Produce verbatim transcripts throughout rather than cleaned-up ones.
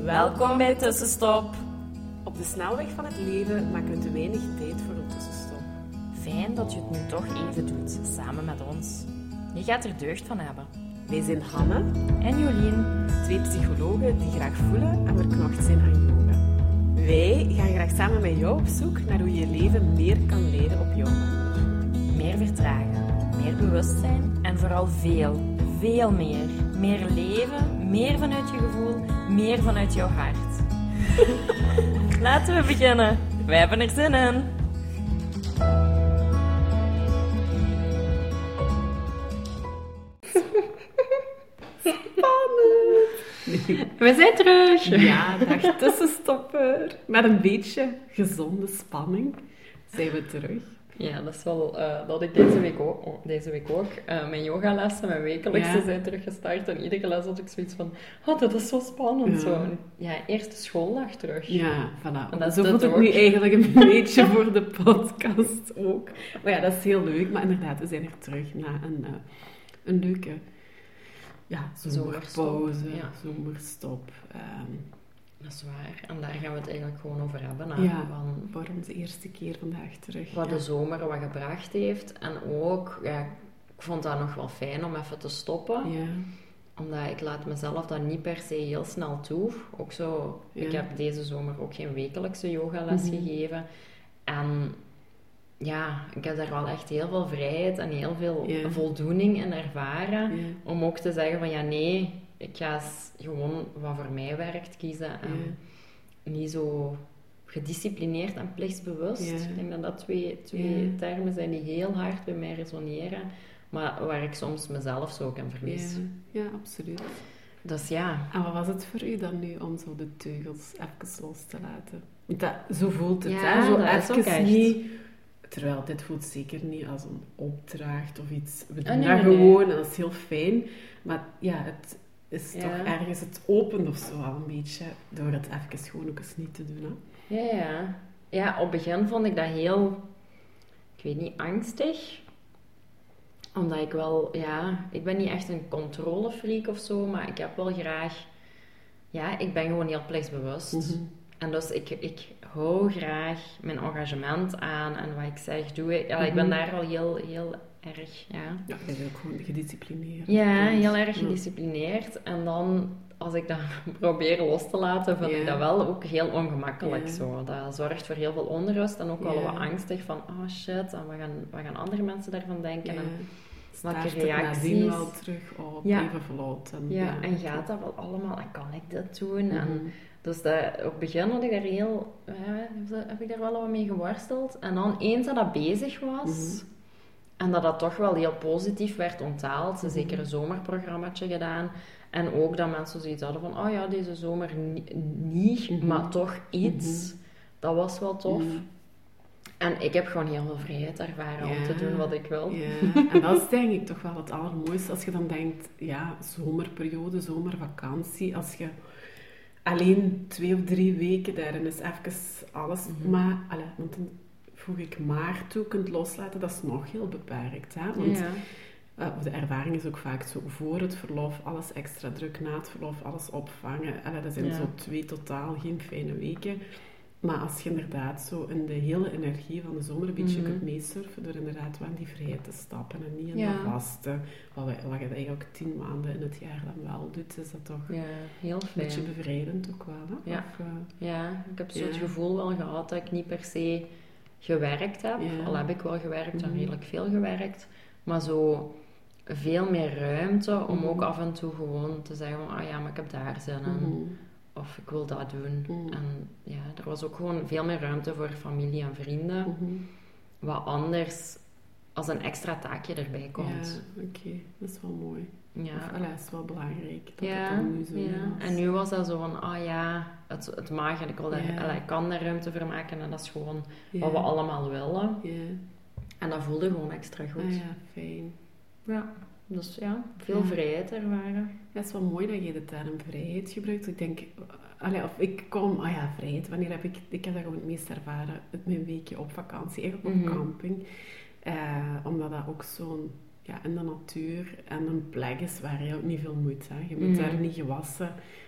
Welkom bij Tussenstop. Op de snelweg van het leven maken we te weinig tijd voor een tussenstop. Fijn dat je het nu toch even doet, samen met ons. Je gaat er deugd van hebben. Wij zijn Hanne en Jolien, twee psychologen die graag voelen en verknocht zijn aan yoga. Wij gaan graag samen met jou op zoek naar hoe je je leven meer kan leiden op jouw manier. Meer vertragen, meer bewustzijn en vooral veel, veel meer. Meer leven, meer vanuit je gevoel, meer vanuit jouw hart. Laten we beginnen. Wij hebben er zin in. We zijn terug. Ja, dag tussenstopper. Met een beetje gezonde spanning zijn we terug. Ja, dat is wel uh, dat ik deze week ook, oh, deze week ook uh, mijn yogalessen, mijn wekelijkse, ja. zijn teruggestart. En iedere les had ik zoiets van, oh, dat is zo spannend. Ja, zo. Ja, eerste schooldag terug. Ja, voilà. En dat zo voelt het ook. nu eigenlijk een beetje voor de podcast ook. Maar ja, dat is heel leuk. Maar inderdaad, we zijn er terug na een, uh, een leuke ja, zomerpauze, ja. zomerstop. Um, Dat is waar. En daar gaan we het eigenlijk gewoon over hebben. Hè? Ja, van voor onze eerste keer vandaag terug. Wat ja. de zomer wat gebracht heeft. En ook, ja, ik vond dat nog wel fijn om even te stoppen. Ja. Omdat ik laat mezelf dat niet per se heel snel toe. Ook zo, ja. Ik heb deze zomer ook geen wekelijkse yogales mm-hmm. gegeven. En ja, ik heb daar wel echt heel veel vrijheid en heel veel ja. voldoening in ervaren. Ja. Om ook te zeggen van ja, nee... Ik ga gewoon wat voor mij werkt kiezen. En ja. niet zo gedisciplineerd en plichtsbewust. Ja. Ik denk dat dat twee, twee ja. termen zijn die heel hard bij mij resoneren. Maar waar ik soms mezelf zo kan verliezen. Ja, ja, absoluut. Dus ja. En wat was het voor u dan nu om zo de teugels even los te laten? Want dat, zo voelt het, ja, hè? Zo dat even is niet... Terwijl dit voelt zeker niet als een opdracht of iets. We doen oh, nee, dat nee, gewoon nee. en dat is heel fijn. Maar ja, het... is ja. toch ergens het opent of zo al een beetje, door het even gewoon ook eens niet te doen. Hè? Ja, ja. Ja, op het begin vond ik dat heel, ik weet niet, angstig. Omdat ik wel, ja, ik ben niet echt een controlefreak of zo, maar ik heb wel graag, ja, ik ben gewoon heel plichtsbewust. Mm-hmm. En dus ik, ik hou graag mijn engagement aan en wat ik zeg, doe ik. Ja, mm-hmm. Ik ben daar al heel, heel erg, ja. Ja, je bent ook gewoon gedisciplineerd. Ja, heel erg gedisciplineerd. Ja. En dan, als ik dat probeer los te laten, vind ja. ik dat wel ook heel ongemakkelijk. Ja. Zo. Dat zorgt voor heel veel onrust en ook wel ja. wat angstig van, oh shit, en wat gaan, wat gaan andere mensen daarvan denken? Ja. En snap je reacties? Nadien wel terug op, ja. even vlot. En, ja, ja, en gaat dat wel allemaal, en kan ik dit doen? Mm-hmm. En dus dat, op het begin had ik daar heel, ja, heb ik daar wel wat mee geworsteld. En dan, eens dat dat bezig was... Mm-hmm. En dat dat toch wel heel positief werd onthaald. Mm-hmm. Zeker een zomerprogrammaatje gedaan. En ook dat mensen zoiets hadden van... Oh ja, deze zomer ni- niet, mm-hmm. maar toch iets. Mm-hmm. Dat was wel tof. Mm-hmm. En ik heb gewoon heel veel vrijheid ervaren ja. om te doen wat ik wil. Ja. En dat is denk ik toch wel het allermooiste. Als je dan denkt... Ja, zomerperiode, zomervakantie. Als je alleen twee of drie weken daarin is even alles... Mm-hmm. Maar... Allez, want dan, voeg ik maar toe kunt loslaten, dat is nog heel beperkt. Hè? Want ja. uh, de ervaring is ook vaak zo voor het verlof, alles extra druk, na het verlof, alles opvangen. Allee, dat zijn ja. zo twee totaal geen fijne weken. Maar als je inderdaad zo in de hele energie van de zomer een beetje mm-hmm. kunt meesurfen, door inderdaad wel in die vrijheid te stappen en niet in ja. de vaste, wat, wat je eigenlijk tien maanden in het jaar dan wel doet, is dat toch ja, heel fijn. Een beetje bevrijdend ook wel. Hè? Ja. Of, uh, ja, ik heb zo ja. het gevoel wel gehad dat ik niet per se... gewerkt heb. Ja. Al heb ik wel gewerkt en redelijk veel gewerkt. Maar zo veel meer ruimte om mm-hmm. ook af en toe gewoon te zeggen van, ah ja, maar ik heb daar zin in. Mm-hmm. Of ik wil dat doen. Mm-hmm. En ja, er was ook gewoon veel meer ruimte voor familie en vrienden. Mm-hmm. Wat anders als een extra taakje erbij komt. Ja, oké. Okay. Dat is wel mooi. Ja. Of, allee, dat is wel belangrijk. Dat ja, het dan nu zo ja. En nu was dat zo van, ah ja, het, het mag en ik, wil daar, ja. allee, ik kan daar ruimte voor maken en dat is gewoon ja. wat we allemaal willen. Ja. En dat voelde gewoon extra goed. Ah, ja, fijn. Ja, dus ja, veel ja. vrijheid ervaren. Ja, het is wel mooi dat je de term vrijheid gebruikt. Ik denk, allee, of ik kom, ah ja, vrijheid, wanneer heb ik, ik heb dat gewoon het meest ervaren, het mijn weekje op vakantie, eigenlijk op mm-hmm. camping. Uh, omdat dat ook zo'n, ja, in de natuur en een plek is waar je ook niet veel moet. Hè. Je moet mm-hmm. daar niet gewassen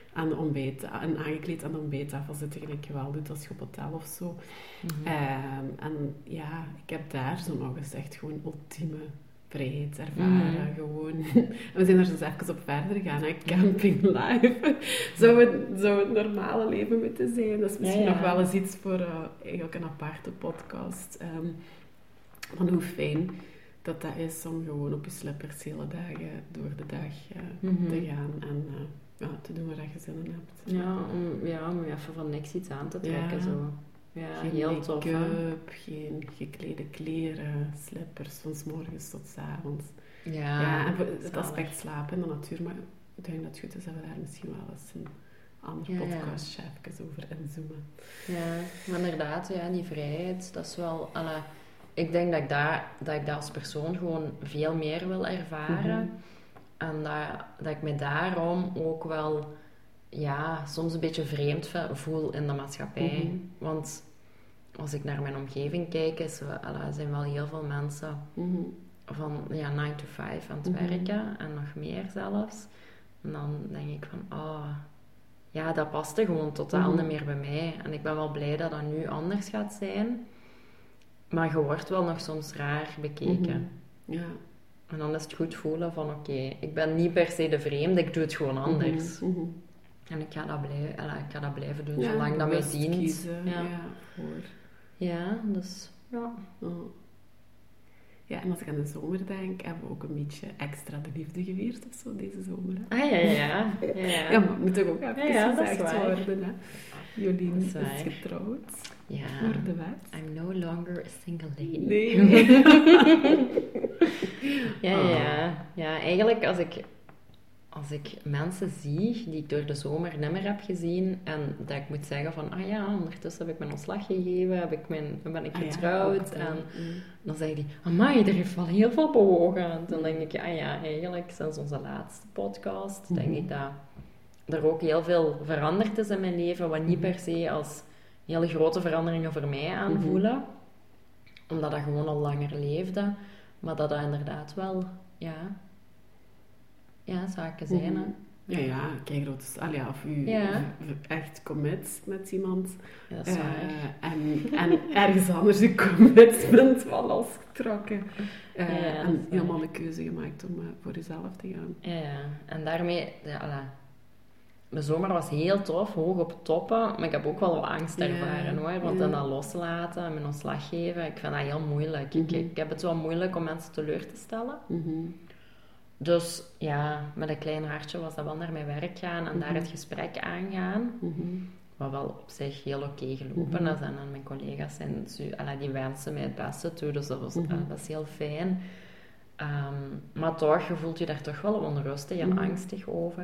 aan de ontbijt, en aangekleed aan de ontbijttafel zitten, gelijk je wel doet als je op hotel of zo. Mhm. Ehm, en ja, ik heb daar zo nog eens echt gewoon ultieme vrijheid ervaren. Mhm. Gewoon. En we zijn er dus even op verder gegaan, hè. Camping live. zou, het, zou het normale leven moeten zijn. Dat is misschien Ja, ja. nog wel eens iets voor uh, eigenlijk een aparte podcast. Ehm, van hoe fijn dat dat is om gewoon op je slippers hele dagen door de dag uh, Mhm. te gaan en uh, ja, te doen waar je zin in hebt. Ja, om, ja, om je even van niks iets aan te trekken. Ja. Zo. Ja, Geen heel tof. hè. make-up, geen geklede kleren, slippers van 's morgens tot 's avonds. Ja, Ja, en voor het zalig. aspect slapen in de natuur, maar ik denk dat het goed is dat we daar misschien wel eens een andere Ja, ja. podcastje even over inzoomen. Ja, maar inderdaad, ja, die vrijheid, dat is wel... Alle, ik denk dat ik, dat, dat ik dat als persoon gewoon veel meer wil ervaren. Mhm. En dat, dat ik me daarom ook wel, ja, soms een beetje vreemd ve- voel in de maatschappij. Mhm. Want als ik naar mijn omgeving kijk, is, we- alle, er zijn wel heel veel mensen Mhm. van ja, nine to five aan het Mhm. werken. En nog meer zelfs. En dan denk ik van, oh... Ja, dat paste gewoon totaal Mhm. niet meer bij mij. En ik ben wel blij dat dat nu anders gaat zijn. Maar je wordt wel nog soms raar bekeken. Mhm. Ja. En dan is het goed voelen van, oké, ik ben niet per se de vreemde, ik doe het gewoon anders. Mhm. Mhm. En ik ga dat, blij, alla, ik ga dat blijven doen, Ja, zolang dat mij bewust dient. kiezen, Ja. ja, voor. Ja, dus, ja. Oh. Ja, en als ik aan de zomer denk, hebben we ook een beetje extra de liefde gevierd of zo deze zomer. Hè? Ah, ja, ja, ja. Ja, ja. Ja, maar het moet toch ook even Ja, ja, dat is gezegd waar. worden. Hè? Jolien Dat is, is waar. getrouwd Ja. voor de wet. I'm no longer a single lady. Nee. Ja, Oh. ja. Ja, eigenlijk als ik, als ik mensen zie die ik door de zomer niet meer heb gezien en dat ik moet zeggen van, ah ja, ondertussen heb ik mijn ontslag gegeven, heb ik mijn, ben ik Ah ja, getrouwd ook dat. en Mm. dan zeggen die, amai, er heeft wel heel veel bewogen. En dan denk ik, ja, ja, eigenlijk sinds onze laatste podcast denk Mhm. ik dat er ook heel veel veranderd is in mijn leven, wat niet Mhm. per se als hele grote veranderingen voor mij aanvoelen. Omdat dat gewoon al langer leefde. Maar dat dat inderdaad wel, ja, ja zaken zijn. Mhm. Hè. Ja, ja, kijk, dat is, al ja, of u Ja. v- echt commit met iemand Ja, dat is eh, waar. en, en ergens anders een commitment van losgetrokken. Eh, Ja, ja, dat en is waar. helemaal een keuze gemaakt om uh, voor jezelf te gaan. Ja, ja. En daarmee, ja, alla. De zomer was heel tof, hoog op toppen, maar ik heb ook wel wat angst Ja, ervaren hoor. Want ja. dan dat loslaten en mijn ontslag geven, ik vind dat heel moeilijk. Ik, Mhm. ik heb het wel moeilijk om mensen teleur te stellen. Mhm. Dus ja, met een klein hartje was dat wel naar mijn werk gaan en daar Mhm. het gesprek aangaan. Mhm. Wat wel op zich heel oké gelopen Mhm. is. En dan mijn collega's zijn, su- alla, die wensen mij het beste toe, dus dat, was, Mhm. eh, dat is heel fijn. Ehm, maar toch, je voelt je daar toch wel onrustig en Mhm. angstig over.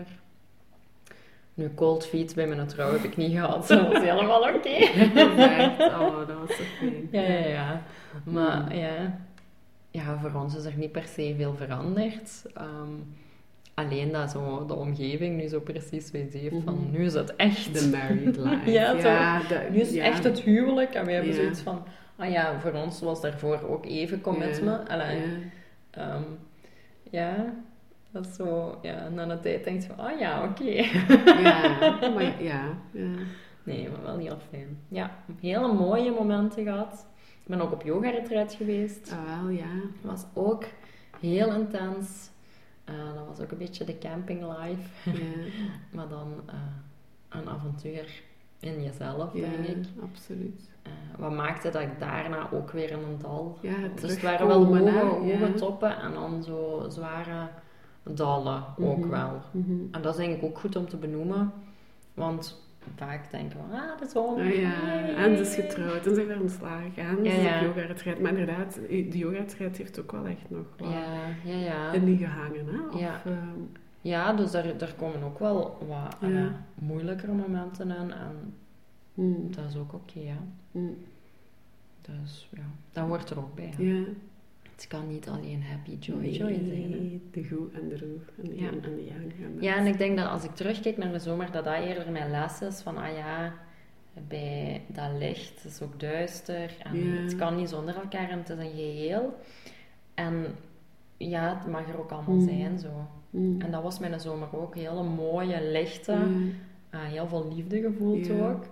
Nu, cold feet bij mijn trouw heb ik niet gehad. Dat was helemaal oké. Dat is echt, oh, dat was zo fijn. Ja, ja, ja. Maar Mhm. ja, ja, voor ons is er niet per se veel veranderd. Ehm, alleen dat zo de omgeving nu zo precies weet heeft van, Mhm. nu is het echt. The married life. Ja, zo. dat- Nu is het ja. echt het huwelijk. En we hebben Ja. zoiets van, ah ja, voor ons was daarvoor ook even commitment. Ja. Allee, Ja. ehm, ja, dat is zo, ja, en na een tijd denk je van, ah ja, oké. Ja, maar ja, ja. Nee, maar wel heel fijn. Ja, hele mooie momenten gehad. Ik ben ook op yoga-retreat geweest. Ah, wel, ja. Het was ook heel intens. Eh, dat was ook een beetje de camping life. Ja, Maar dan eh, een avontuur in jezelf, ja, denk ik. absoluut. Eh, wat maakte dat ik daarna ook weer in een dal... Ja, het Dus het waren wel hoge, terugkomen, hè. hoge Ja. toppen en dan zo zware dalen ook Mhm. wel. Mhm. En dat is denk ik ook goed om te benoemen. Want vaak denken we, ah, de zon. Ah, ja, hey. en ze is getrouwd en ze is weer ontslagen gegaan. Ja, Ze is ja. op yoga-retreat. Maar inderdaad, de yoga-retreat heeft ook wel echt nog wat Ja, ja, ja. in die gehangen, hè? Of, Ja. ehm, Ja, dus daar, daar komen ook wel wat Ja. eh, moeilijkere momenten in. En mm, dat is ook oké, ja. mm, Dus ja, dat hoort er ook bij. hè. ja. Het kan niet alleen happy joy Nee, joy zijn. hè. de goed en de roe en de Ja. yin en de yang. En Ja, en ik denk dat als ik terugkijk naar de zomer, dat dat eerder mijn les is van, ah ja, bij dat licht, het is ook duister en Ja. het kan niet zonder elkaar en het is een geheel. En ja, het mag er ook allemaal Mm. zijn, zo. Mm. En dat was mijn zomer ook, hele mooie, lichte, Ja. uh, heel veel liefde gevoeld Ja. ook.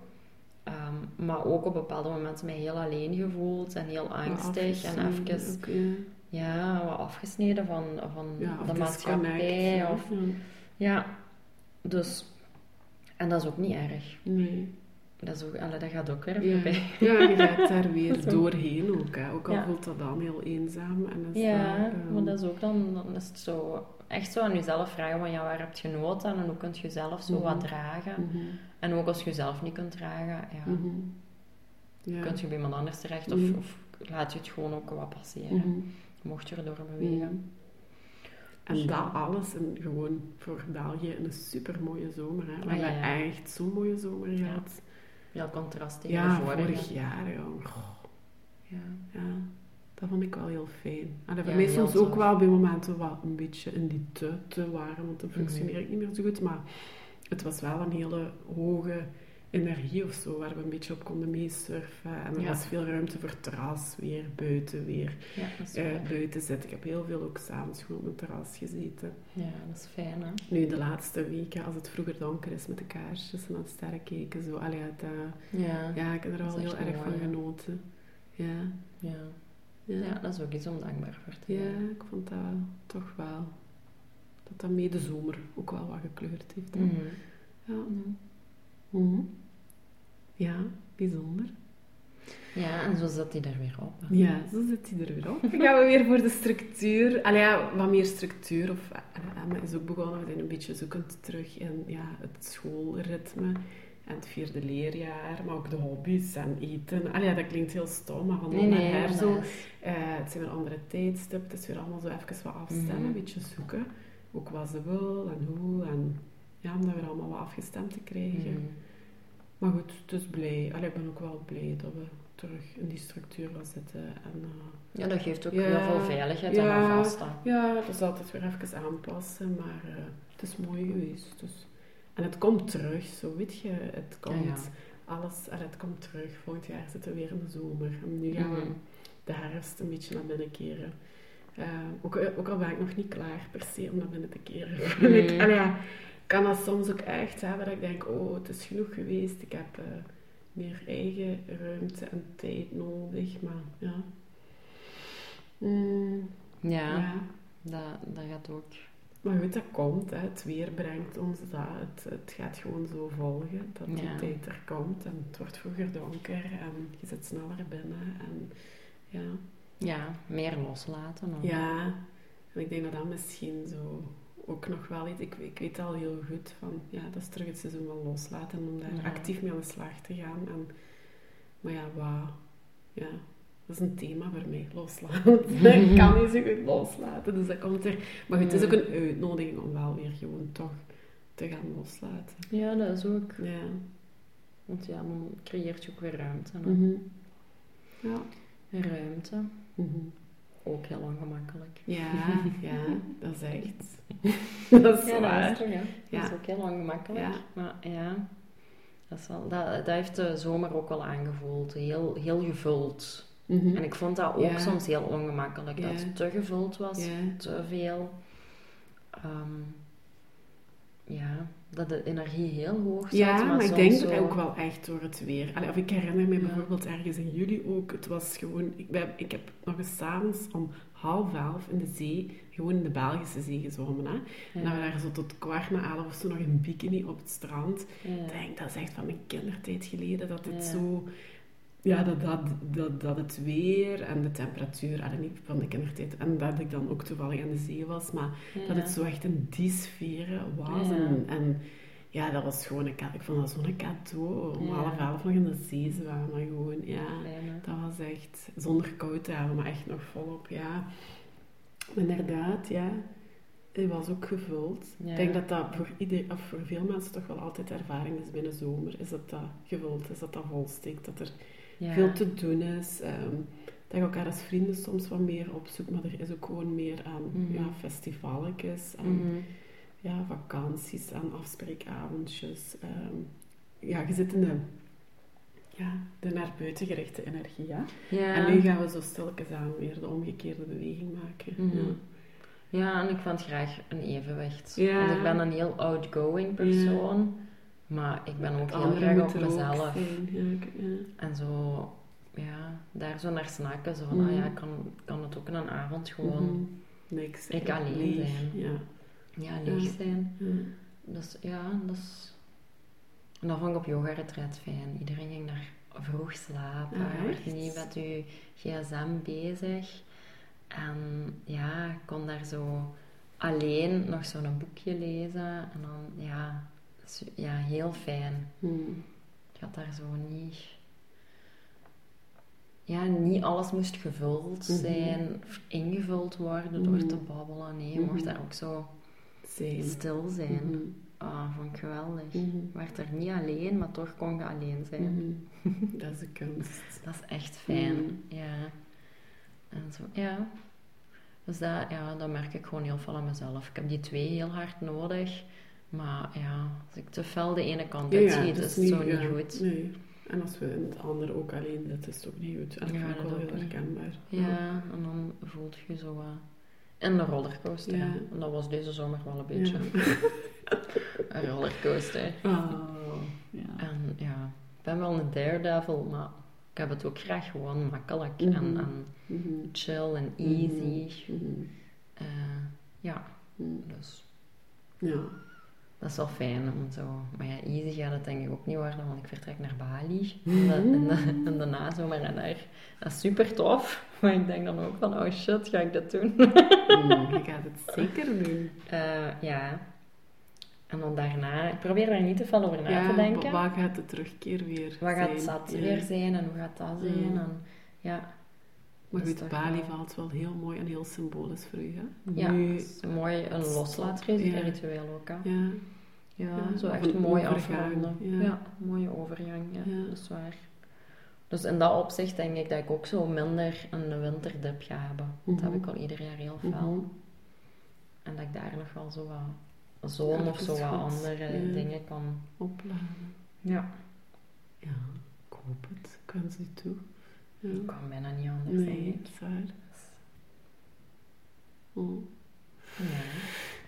Um, maar ook op bepaalde momenten mij heel alleen gevoeld en heel angstig. En even ook, ja. Ja, wat afgesneden van, van Ja, de maatschappij. Ja. Of, ja, dus... En dat is ook niet erg. Nee. Dat, is ook, allee, dat gaat ook weer Ja. voorbij. Ja, je gaat daar weer doorheen ook. Hè. Ook al ja. voelt dat dan heel eenzaam. En is ja, dat, um... maar dat is ook dan... Dan is het zo... Echt zo aan jezelf vragen van... Ja, waar heb je nood aan? En hoe kun je jezelf zo mm-hmm. wat dragen? Mm-hmm. En ook als je jezelf niet kunt dragen... Ja, mm-hmm. ja. kun je bij iemand anders terecht. Of, mm-hmm. of laat je het gewoon ook wat passeren. Mm-hmm. Mocht je erdoor bewegen. Mm-hmm. En dus, dat alles, en gewoon voor België, een super mooie zomer. Hè. We ah, ja, hebben ja. echt zo'n mooie zomer gehad. Ja, contrast tegen Ja, de vorige. vorig jaar. Ja. Ja. ja, dat vond ik wel heel fijn. En dat voor Ja, mij heel soms ook tof. wel bij momenten wat een beetje in die te, te waren, want dan functioneer Mm-hmm. ik niet meer zo goed. Maar het was wel een hele hoge energie of zo, waar we een beetje op konden meesurfen. En er Ja. was veel ruimte voor terras, weer buiten, weer Ja, dat is uh, waar. buiten zitten. Ik heb heel veel ook s'avonds gewoon op mijn terras gezeten. Ja, dat is fijn, hè? Nu, de laatste weken, als het vroeger donker is met de kaarsjes en naar de sterren kijken, zo, allee, het, uh, Ja. ja, ik heb er Dat wel is heel echt erg mooi, van hè. genoten. Ja. Ja. Ja. Ja, dat is ook iets om dankbaar voor te Ja, zijn. ik vond dat toch wel, dat dat mee de zomer ook wel wat gekleurd heeft. Hè. Mm. Ja. Mm. Mm. Ja, bijzonder. Ja, en zo zat hij er weer op. Hè. Ja, zo zit hij er weer op. Dan gaan we weer voor de structuur. Allee, ja, wat meer structuur. Of, Emma is ook begonnen, we zijn een beetje zoekend terug in ja, het schoolritme. En het vierde leerjaar, maar ook de hobby's en eten. Allee, ja, dat klinkt heel stom, maar van Nee, nee, her maar zo. dat is- Uh, het zijn weer andere tijdstippen, het is weer allemaal zo even wat afstemmen, Mhm. een beetje zoeken. Ook wat ze wil en hoe. En ja, om dat weer allemaal wat afgestemd te krijgen. Mm. Maar goed, dus blij. Allee, ik ben ook wel blij dat we terug in die structuur gaan zitten. En, uh, Ja, dat geeft ook Ja. heel veel veiligheid Ja. en alvast. Hè. ja, dat is altijd weer even aanpassen, maar uh, het is mooi geweest. Dus. En het komt terug, zo weet je. Het komt, Ja, ja. alles, allee, het komt terug. Volgend jaar zitten we weer in de zomer. En nu gaan we Mhm. de herfst een beetje naar binnen keren. Uh, ook, ook al ben ik nog niet klaar per se om naar binnen te keren. Mhm. ik, allee, ja, kan dat soms ook echt hebben dat ik denk, oh, het is genoeg geweest. Ik heb uh, meer eigen ruimte en tijd nodig. Maar ja. Mm, Ja, ja. Dat, dat gaat ook. Maar goed, dat komt. Hè. Het weer brengt ons dat. Het, het gaat gewoon zo volgen. Dat die Ja. tijd er komt. En het wordt vroeger donker. En je zit sneller binnen. En ja. Ja, meer loslaten. Dan. Ja. En ik denk dat dat misschien zo ook nog wel iets... Ik, ik weet al heel goed van... Ja, dat is terug het seizoen van loslaten. En om daar Ja. actief mee aan de slag te gaan. En, maar ja, wat... Ja... Dat is een thema voor mij, loslaten. Ik kan niet zo goed loslaten, dus dat komt er. Maar goed, het is ook een uitnodiging om wel weer gewoon toch te gaan loslaten. Ja, dat is ook. Ja. Want ja, dan creëert je ook weer ruimte. Hè. Mm-hmm. Ja. Ruimte. Mm-hmm. Ook heel ongemakkelijk. Ja, ja, dat is echt... dat is Ja, waar. dat is toch, hè. Ja. Dat is ook heel ongemakkelijk. Ja. Maar ja, dat, is wel, dat, dat heeft de zomer ook wel aangevoeld. Heel, heel gevuld. Mm-hmm. En ik vond dat ook Ja. soms heel ongemakkelijk. Ja. Dat het te gevuld was, Ja. te veel. Um, ja, dat de energie heel hoog zat. Ja, maar, maar ik soms denk zo... ook wel echt door het weer. Allee, of ik herinner me Ja. bijvoorbeeld ergens in juli ook, het was gewoon... Ik, ben, ik heb nog eens 's avonds om half elf in de zee, gewoon in de Belgische zee gezwommen. Hè. Ja. En dan waren we zo tot kwart na elf of zo nog in bikini op het strand. Ja. Ik denk, dat is echt van mijn kindertijd geleden, dat het Ja. zo... Ja, dat, dat, dat, dat het weer en de temperatuur, allee, niet van de kindertijd, en dat ik dan ook toevallig aan de zee was, maar Ja. dat het zo echt in die sferen was. Ja. En, en ja, dat was gewoon een cadeau. Ik vond dat zo'n cadeau, om Ja. half elf nog in de zee zwemmen, gewoon, ja. Fijn, hè. Dat was echt, zonder koud te hebben, maar echt nog volop, ja. Maar inderdaad, ja, het was ook gevuld. Ja. Ik denk dat dat voor, ieder, of voor veel mensen toch wel altijd ervaring is binnen zomer, is dat dat gevuld is, dat dat volsteekt, dat er Ja. veel te doen is. Um, dat je elkaar als vrienden soms wat meer opzoekt, maar er is ook gewoon meer aan Mhm. ja, festivalletjes, aan Mhm. ja, vakanties, aan afspreekavondjes. Um, ja, je zit in de, ja, de naar buiten gerichte energie. Ja? Ja. En nu gaan we zo stilletjes aan weer de omgekeerde beweging maken. Mhm. Ja. Ja, en ik vind graag een evenwicht. Ja. Want ik ben een heel outgoing persoon. Maar ik ben ook heel Anderen graag op moeten er ook mezelf. zijn. Ja, ik- ja. En zo, ja, daar zo naar snakken. Zo van, Mhm. ah ja, kan, kan het ook in een avond gewoon Mhm. Niks. ik hè. alleen Leeg. zijn. Ja. ja, leeg Ja. zijn. Ja. Dus ja, dat is... En dat vond ik op yoga-retreat fijn. Iedereen ging daar vroeg slapen. Ah, Je echt? werd niet met je gsm bezig. En ja, ik kon daar zo alleen nog zo'n boekje lezen. En dan, ja, su- ja heel fijn. Hmm. Ik had daar zo niet... Ja, niet alles moest gevuld Mhm. zijn, of ingevuld worden door Mhm. te babbelen. Nee, je Mhm. mocht daar ook zo Zijn. stil zijn. Mhm. Ah, vond ik geweldig. Mhm. Je werd er niet alleen, maar toch kon je alleen zijn. Mhm. Dat is de kunst. Dat is echt fijn, Mhm. ja. En zo, ja. Dus dat, ja, dat merk ik gewoon heel veel aan mezelf. Ik heb die twee heel hard nodig. Maar ja, als ik te fel de ene kant Ja, ja, uitschiet, dat is het zo ja, niet goed. Nee. En als we in het andere ook alleen zitten, is het ook niet goed. En dat Ja, vind ik dat wel ook heel niet. herkenbaar. Ja, en dan voelt je zo wat... En de rollercoaster. Ja. hè. En dat was deze zomer wel een beetje een rollercoaster. Oh, ja. En ja, ik ben wel een daredevil, maar ik heb het ook graag gewoon makkelijk Mhm. en, en Mhm. chill en easy. Mhm. Eh, ja, Mhm. dus Ja. dat is wel fijn om zo... Maar ja, easy gaat het denk ik ook niet worden, want ik vertrek naar Bali in de, in de, in de nazomer en daar... Dat is super tof, maar ik denk dan ook van, oh shit, ga ik dat doen? Mm, je gaat het zeker doen. Eh, ja. En dan daarna... Ik probeer daar niet te veel over na Ja, te denken. wa- waar gaat de terugkeer weer Wat zijn? gaat dat Ja. weer zijn en hoe gaat dat zijn? Mm. En, ja, Maar dat is goed, toch Bali wel- valt wel heel mooi en heel symbolisch voor u, hè? Ja, Nu, dat is mooi een stop. loslaatritueel ook. Hè? ja. Ja, Ja, zo of echt een mooi overgang, afronden. ja. Ja. een mooie overgang, ja, Ja. dat is waar. Dus in dat opzicht denk ik dat ik ook zo minder een winterdip ga hebben. Dat Mhm. heb ik al ieder jaar heel fel. Mhm. En dat ik daar nog wel zo wat zon Ja, of dat zo is wat goed. andere Ja. dingen kan... Opladen. Ja, Ja, ik hoop het. Ik wens u toe. Ja. ik kan bijna niet anders, denk Nee, ik. dat is waar. Oh. Ja.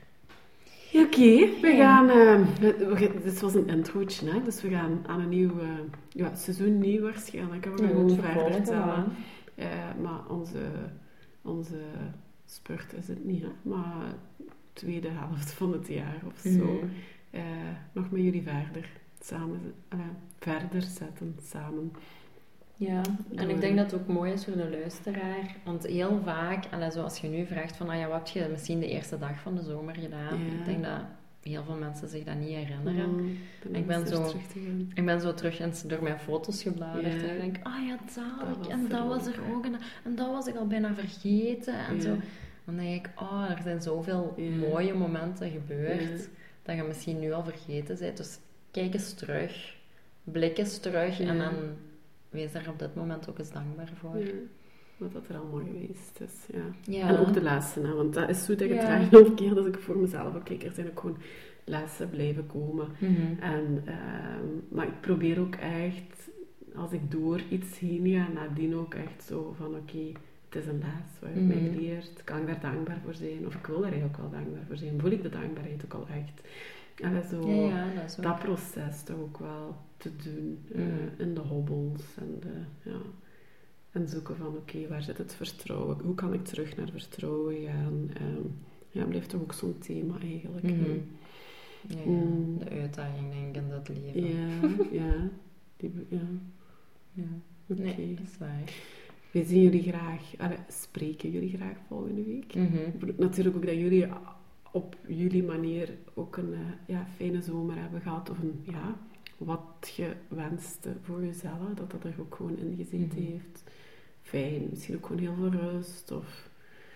Oké, we Ja. gaan... eh, we, we- dit was een introotje, hè? Dus we gaan aan een nieuw eh, ja, seizoen nieuw waarschijnlijk. hè. We gaan gewoon verder vertellen. Eh, maar onze, onze spurt is het niet, hè? Maar tweede helft van het jaar of zo. Mhm. Eh, nog met jullie verder. Samen, eh, verder zetten, samen. Ja, en Door- ik denk dat het ook mooi is voor de luisteraar. Want heel vaak, en zoals je nu vraagt van, ah ja, wat heb je misschien de eerste dag van de zomer gedaan? Ja. Ik denk dat heel veel mensen zich dat niet herinneren. Mm, dan Ik ben is er zo- terug te gaan. Ik ben zo terug eens door mijn foto's gebladerd Ja. en ik denk, ah ja, dat had Dat ik. was En er dat was ook, er hè. ook. En, en dat was ik al bijna vergeten. En Ja. zo. Dan denk ik, oh, er zijn zoveel Ja. mooie momenten gebeurd, Ja. dat je misschien nu al vergeten bent. Dus kijk eens terug. Blik eens terug. Ja. En dan wees daar op dit moment ook eens dankbaar voor. Ja, wat dat er al mooi geweest is, ja. Ja. En ook de lessen, hè, want dat is zo dat je Ja. het graag nog een keer dat ik voor mezelf ook kijk, er zijn ook gewoon lessen blijven komen. Mhm. En, ehm, maar ik probeer ook echt, als ik door iets heen ga, nadien ook echt zo van, oké, het is een les, wat heeft mij Mhm. geleerd, kan ik daar dankbaar voor zijn? Of ik wil daar eigenlijk wel dankbaar voor zijn. Voel ik de dankbaarheid ook al echt? En dat, zo, Ja, ja, dat is ook. dat proces toch ook wel te doen, eh, Mhm. in de hobbels en de, ja... En zoeken van, oké, waar zit het vertrouwen? Hoe kan ik terug naar vertrouwen gaan? Ehm, ja, blijft toch ook zo'n thema eigenlijk. Mhm. hè. Ja, ja. Mm. De uitdaging, denk ik, in dat leven. Ja, ja. Die, ja. Ja. Oké. Nee, dat is waar. We zien jullie graag, allee, spreken jullie graag volgende week. Mhm. Ik bedoel natuurlijk ook dat jullie op jullie manier ook een eh, ja, fijne zomer hebben gehad. Of een, ja, wat je wenste voor jezelf, dat dat er ook gewoon in gezeten Mhm. heeft. Fijn, misschien ook gewoon heel veel rust. Of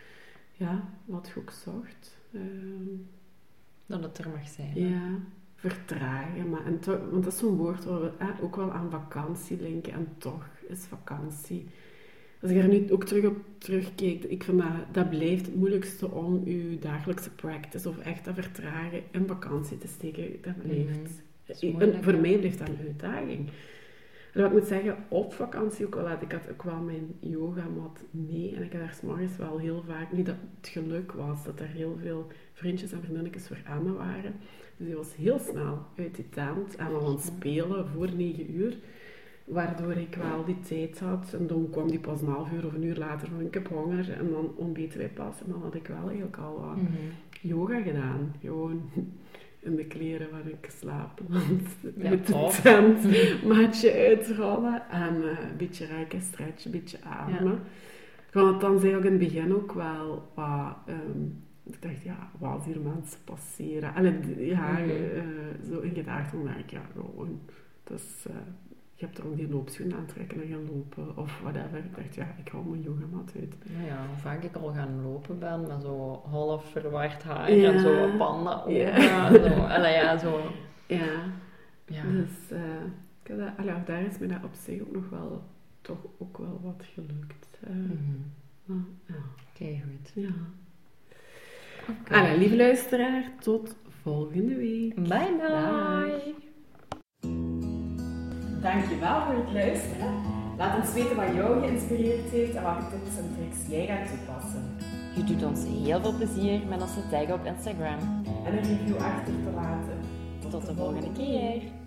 ja, wat je ook zocht. Ehm, Dat het er mag zijn. hè. ja, vertragen. Maar, en toch, want dat is zo'n woord waar we eh, ook wel aan vakantie linken. En toch is vakantie... Als ik er nu ook terug op terugkijk, ik vind dat, dat blijft het moeilijkste om je dagelijkse practice of echt dat vertragen in vakantie te steken. Dat blijft... Mhm. Dat is en moeilijk, voor hè? mij blijft dat een uitdaging. En wat ik moet zeggen, op vakantie ook wel, ik had ook wel mijn yogamat mee en ik had daar 's morgens wel heel vaak, niet dat het geluk was, dat er heel veel vriendjes en vriendinnetjes voor aan me waren. Dus die was heel snel uit die tent en we gaan spelen voor negen uur. Waardoor ik wel die tijd had. En dan kwam die pas een half uur of een uur later van ik heb honger. En dan ontbeten wij pas. En dan had ik wel eigenlijk al wat mm-hmm. yoga gedaan. Gewoon in de kleren waar ik slaap. Ja, met de tent, maatje uitrollen. En uh, een beetje rekken, stretchen, een beetje ademen. Ja. Ik vond het dan eigenlijk in het begin ook wel wat... Um, ik dacht, ja, wat als hier mensen passeren? En ja, mm-hmm. uh, zo in gedachten dacht ik, ja, gewoon... Dus, uh, je hebt er ook die loopschoenen aantrekken en gaan lopen of whatever. Ik dacht, ja, ik hou mijn yogamat uit. Nou ja, hoe vaak ik al gaan lopen ben met zo half verward haar ja. en zo panda ogen. Ja. Zo. Allee, ja, zo. Ja. ja. Dus uh, dat, allee, daar is me dat op zich ook nog wel, toch ook wel wat gelukt. Uh, mm-hmm. uh, ja. Oké, okay, goed. Ja. Okay. Allee, lieve luisteraar, tot volgende week. Bye bye. bye. Dankjewel voor het luisteren. Laat ons weten wat jou geïnspireerd heeft en welke tips en tricks jij gaat toepassen. Je doet ons heel veel plezier met ons te taggen op Instagram. En een review achter te laten. Tot, Tot de volgende keer.